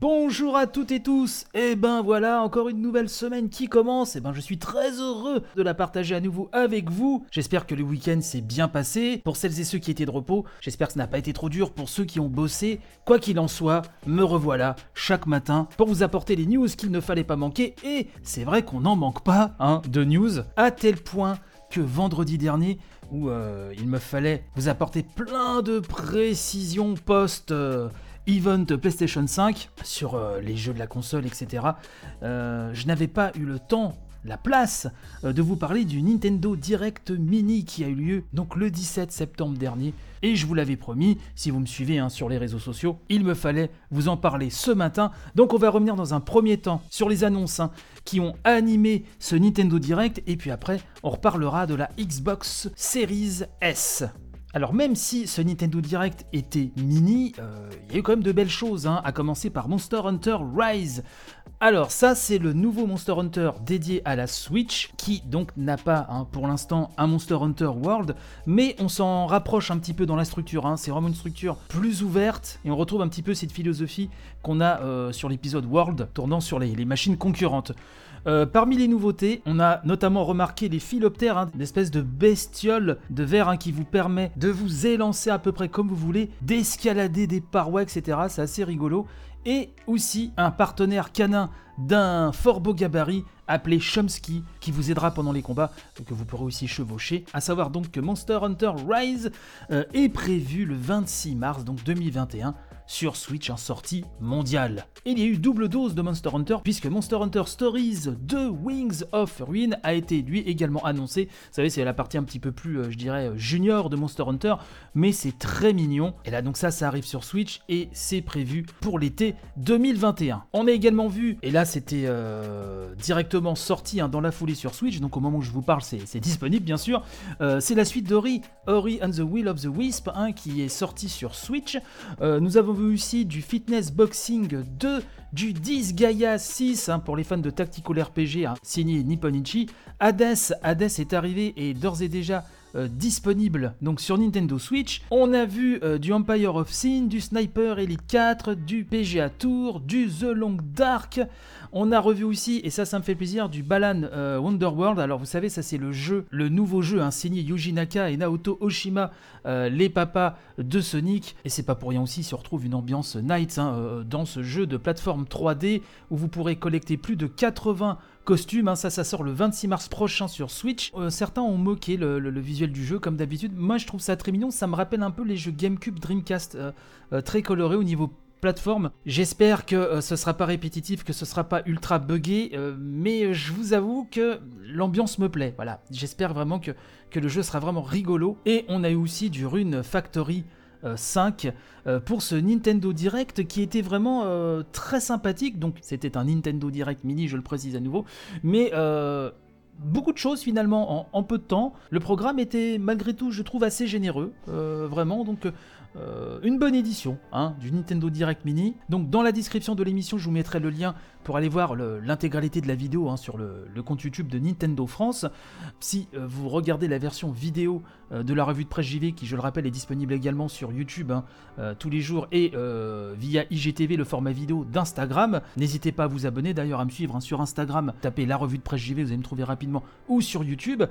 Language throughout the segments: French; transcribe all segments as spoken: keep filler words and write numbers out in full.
Bonjour à toutes et tous, et ben voilà, encore une nouvelle semaine qui commence, et ben je suis très heureux de la partager à nouveau avec vous. J'espère que le week-end s'est bien passé, pour celles et ceux qui étaient de repos, j'espère que ça n'a pas été trop dur pour ceux qui ont bossé. Quoi qu'il en soit, me revoilà chaque matin pour vous apporter les news qu'il ne fallait pas manquer, et c'est vrai qu'on n'en manque pas hein, de news, à tel point que vendredi dernier, où euh, il me fallait vous apporter plein de précisions post- euh, Event PlayStation cinq sur euh, les jeux de la console, et cetera. Euh, je n'avais pas eu le temps, la place, euh, de vous parler du Nintendo Direct Mini qui a eu lieu donc le dix-sept septembre dernier. Et je vous l'avais promis, si vous me suivez hein, sur les réseaux sociaux, il me fallait vous en parler ce matin. Donc on va revenir dans un premier temps sur les annonces hein, qui ont animé ce Nintendo Direct. Et puis après, on reparlera de la Xbox Series S. Alors même si ce Nintendo Direct était mini, euh, il y a eu quand même de belles choses, hein, à commencer par Monster Hunter Rise. Alors ça c'est le nouveau Monster Hunter dédié à la Switch, qui donc n'a pas hein, pour l'instant un Monster Hunter World, mais on s'en rapproche un petit peu dans la structure, hein. C'est vraiment une structure plus ouverte, et on retrouve un petit peu cette philosophie qu'on a euh, sur l'épisode World, tournant sur les, les machines concurrentes. Euh, parmi les nouveautés, on a notamment remarqué les philoptères, hein, une espèce de bestiole de verre hein, qui vous permet de vous élancer à peu près comme vous voulez, d'escalader des parois, et cetera. C'est assez rigolo. Et aussi un partenaire canin d'un fort beau gabarit appelé Chomsky qui vous aidera pendant les combats, que vous pourrez aussi chevaucher. À savoir donc que Monster Hunter Rise euh, est prévu le vingt-six mars donc deux mille vingt et un sur Switch en sortie mondiale. Et il y a eu double dose de Monster Hunter puisque Monster Hunter Stories deux Wings of Ruin a été lui également annoncé. Vous savez, c'est la partie un petit peu plus, euh, je dirais, junior de Monster Hunter, mais c'est très mignon. Et là donc ça, ça arrive sur Switch et c'est prévu pour l'été deux mille vingt et un. On a également vu, et là c'était euh, directement sorti hein, dans la foulée sur Switch, donc au moment où je vous parle c'est, c'est disponible bien sûr, euh, c'est la suite d'Ori, Ori and the Will of the Wisp hein, qui est sorti sur Switch. Euh, nous avons vu aussi du Fitness Boxing deux, du Disgaea six hein, pour les fans de Tactical R P G hein, signé Nipponichi. Hades, Hades est arrivé et d'ores et déjà Euh, disponible donc sur Nintendo Switch. On a vu euh, du Empire of Sin, du Sniper Elite quatre, du P G A Tour, du The Long Dark. On a revu aussi, et ça ça me fait plaisir, du Balan euh, Wonderworld. Alors vous savez, ça c'est le jeu, le nouveau jeu hein, signé Yuji Naka et Naoto Oshima, euh, les papas de Sonic. Et c'est pas pour rien aussi si on retrouve une ambiance Night hein, euh, dans ce jeu de plateforme trois D où vous pourrez collecter plus de quatre-vingts costumes, hein, ça, ça sort le vingt-six mars prochain sur Switch. Euh, certains ont moqué le, le, le visuel du jeu, comme d'habitude. Moi, je trouve ça très mignon. Ça me rappelle un peu les jeux GameCube, Dreamcast, euh, euh, très colorés au niveau plateforme. J'espère que euh, ce sera pas répétitif, que ce sera pas ultra buggé, euh, mais je vous avoue que l'ambiance me plaît. Voilà, j'espère vraiment que, que le jeu sera vraiment rigolo. Et on a eu aussi du Rune Factory cinq euh, pour ce Nintendo Direct qui était vraiment euh, très sympathique. Donc c'était un Nintendo Direct mini, je le précise à nouveau, mais euh, beaucoup de choses finalement en, en peu de temps. Le programme était malgré tout, je trouve, assez généreux, euh, vraiment. Donc euh, une bonne édition hein, du Nintendo Direct Mini. Donc dans la description de l'émission, je vous mettrai le lien pour aller voir le, l'intégralité de la vidéo hein, sur le, le compte YouTube de Nintendo France. Si euh, vous regardez la version vidéo euh, de la revue de presse J V, qui je le rappelle est disponible également sur YouTube hein, euh, tous les jours et euh, via I G T V, le format vidéo d'Instagram, n'hésitez pas à vous abonner, d'ailleurs à me suivre hein, sur Instagram, tapez la revue de presse J V, vous allez me trouver rapidement, ou sur YouTube.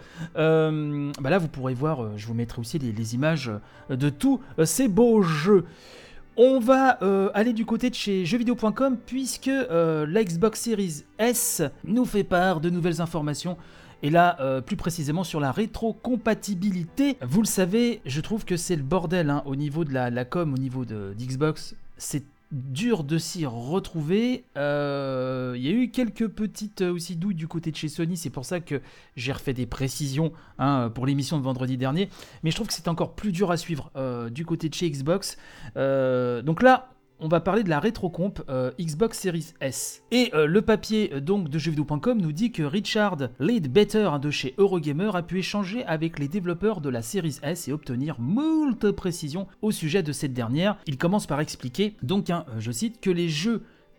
Euh, bah là vous pourrez voir, euh, je vous mettrai aussi les, les images de tous euh, ces beaux jeux. On va euh, aller du côté de chez jeux vidéo point com puisque euh, la Xbox Series S nous fait part de nouvelles informations. Et là, euh, plus précisément sur la rétrocompatibilité. Vous le savez, je trouve que c'est le bordel hein, au niveau de la, la com, au niveau de, d'Xbox. C'est dur de s'y retrouver. Il euh, y a eu quelques petites euh, aussi douilles du côté de chez Sony, c'est pour ça que j'ai refait des précisions hein, pour l'émission de vendredi dernier, mais je trouve que c'est encore plus dur à suivre euh, du côté de chez Xbox. Euh, donc là, on va parler de la rétrocomp euh, Xbox Series S. Et euh, le papier euh, donc de jeux vidéo point com nous dit que Richard Leadbetter hein, de chez Eurogamer a pu échanger avec les développeurs de la Series S et obtenir moult précisions au sujet de cette dernière. Il commence par expliquer, donc hein, je cite, que les jeux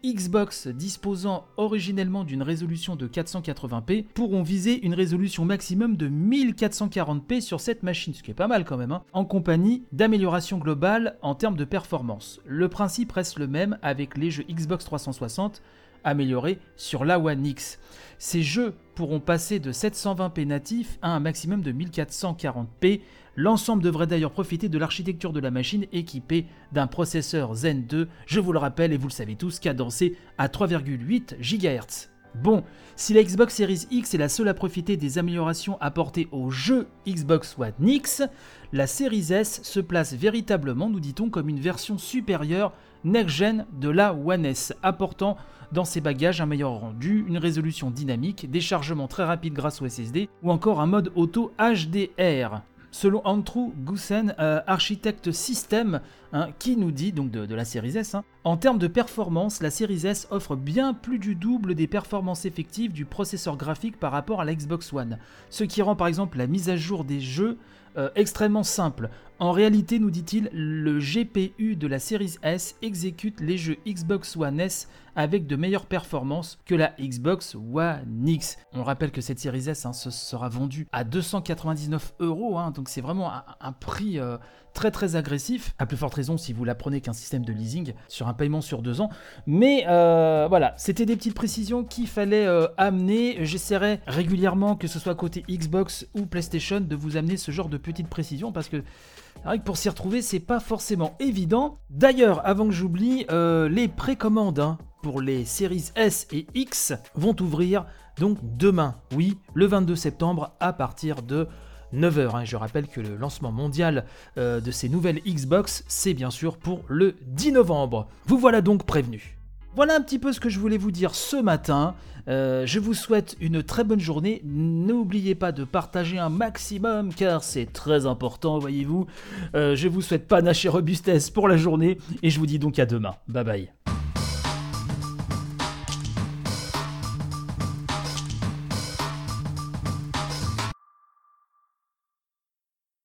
Xbox disposant originellement d'une résolution de quatre cent quatre-vingts p pourront viser une résolution maximum de mille quatre cent quarante p sur cette machine, ce qui est pas mal quand même, hein, en compagnie d'améliorations globales en termes de performance. Le principe reste le même avec les jeux Xbox trois cent soixante améliorés sur la One X. Ces jeux pourront passer de sept cent vingt p natif à un maximum de mille quatre cent quarante p. L'ensemble devrait d'ailleurs profiter de l'architecture de la machine équipée d'un processeur Zen deux, je vous le rappelle et vous le savez tous, cadencé à trois virgule huit gigahertz. Bon, si la Xbox Series X est la seule à profiter des améliorations apportées au jeu Xbox One X, la Series S se place véritablement, nous dit-on, comme une version supérieure next-gen de la One S, apportant dans ses bagages un meilleur rendu, une résolution dynamique, des chargements très rapides grâce au S S D ou encore un mode auto H D R. Selon Andrew Goosen, euh, architecte système, hein, qui nous dit, donc de, de la Series S, hein, en termes de performance, la Series S offre bien plus du double des performances effectives du processeur graphique par rapport à la Xbox One, ce qui rend par exemple la mise à jour des jeux euh, extrêmement simple. En réalité, nous dit-il, le G P U de la Series S exécute les jeux Xbox One S avec de meilleures performances que la Xbox One X. On rappelle que cette Series S hein, se sera vendue à deux cent quatre-vingt-dix-neuf euros, hein, donc c'est vraiment un, un prix euh, très très agressif, à plus forte raison si vous la prenez qu'un système de leasing sur un paiement sur deux ans. Mais euh, voilà, c'était des petites précisions qu'il fallait euh, amener. J'essaierai régulièrement, que ce soit côté Xbox ou PlayStation, de vous amener ce genre de petites précisions parce que c'est vrai que pour s'y retrouver, c'est pas forcément évident. D'ailleurs, avant que j'oublie, euh, les précommandes hein, pour les séries S et X vont ouvrir donc demain, oui, le vingt-deux septembre à partir de neuf heures. Hein. Je rappelle que le lancement mondial euh, de ces nouvelles Xbox, c'est bien sûr pour le dix novembre. Vous voilà donc prévenus. Voilà un petit peu ce que je voulais vous dire ce matin. Euh, je vous souhaite une très bonne journée. N'oubliez pas de partager un maximum car c'est très important, voyez-vous. Euh, je vous souhaite panache et robustesse pour la journée et je vous dis donc à demain. Bye bye.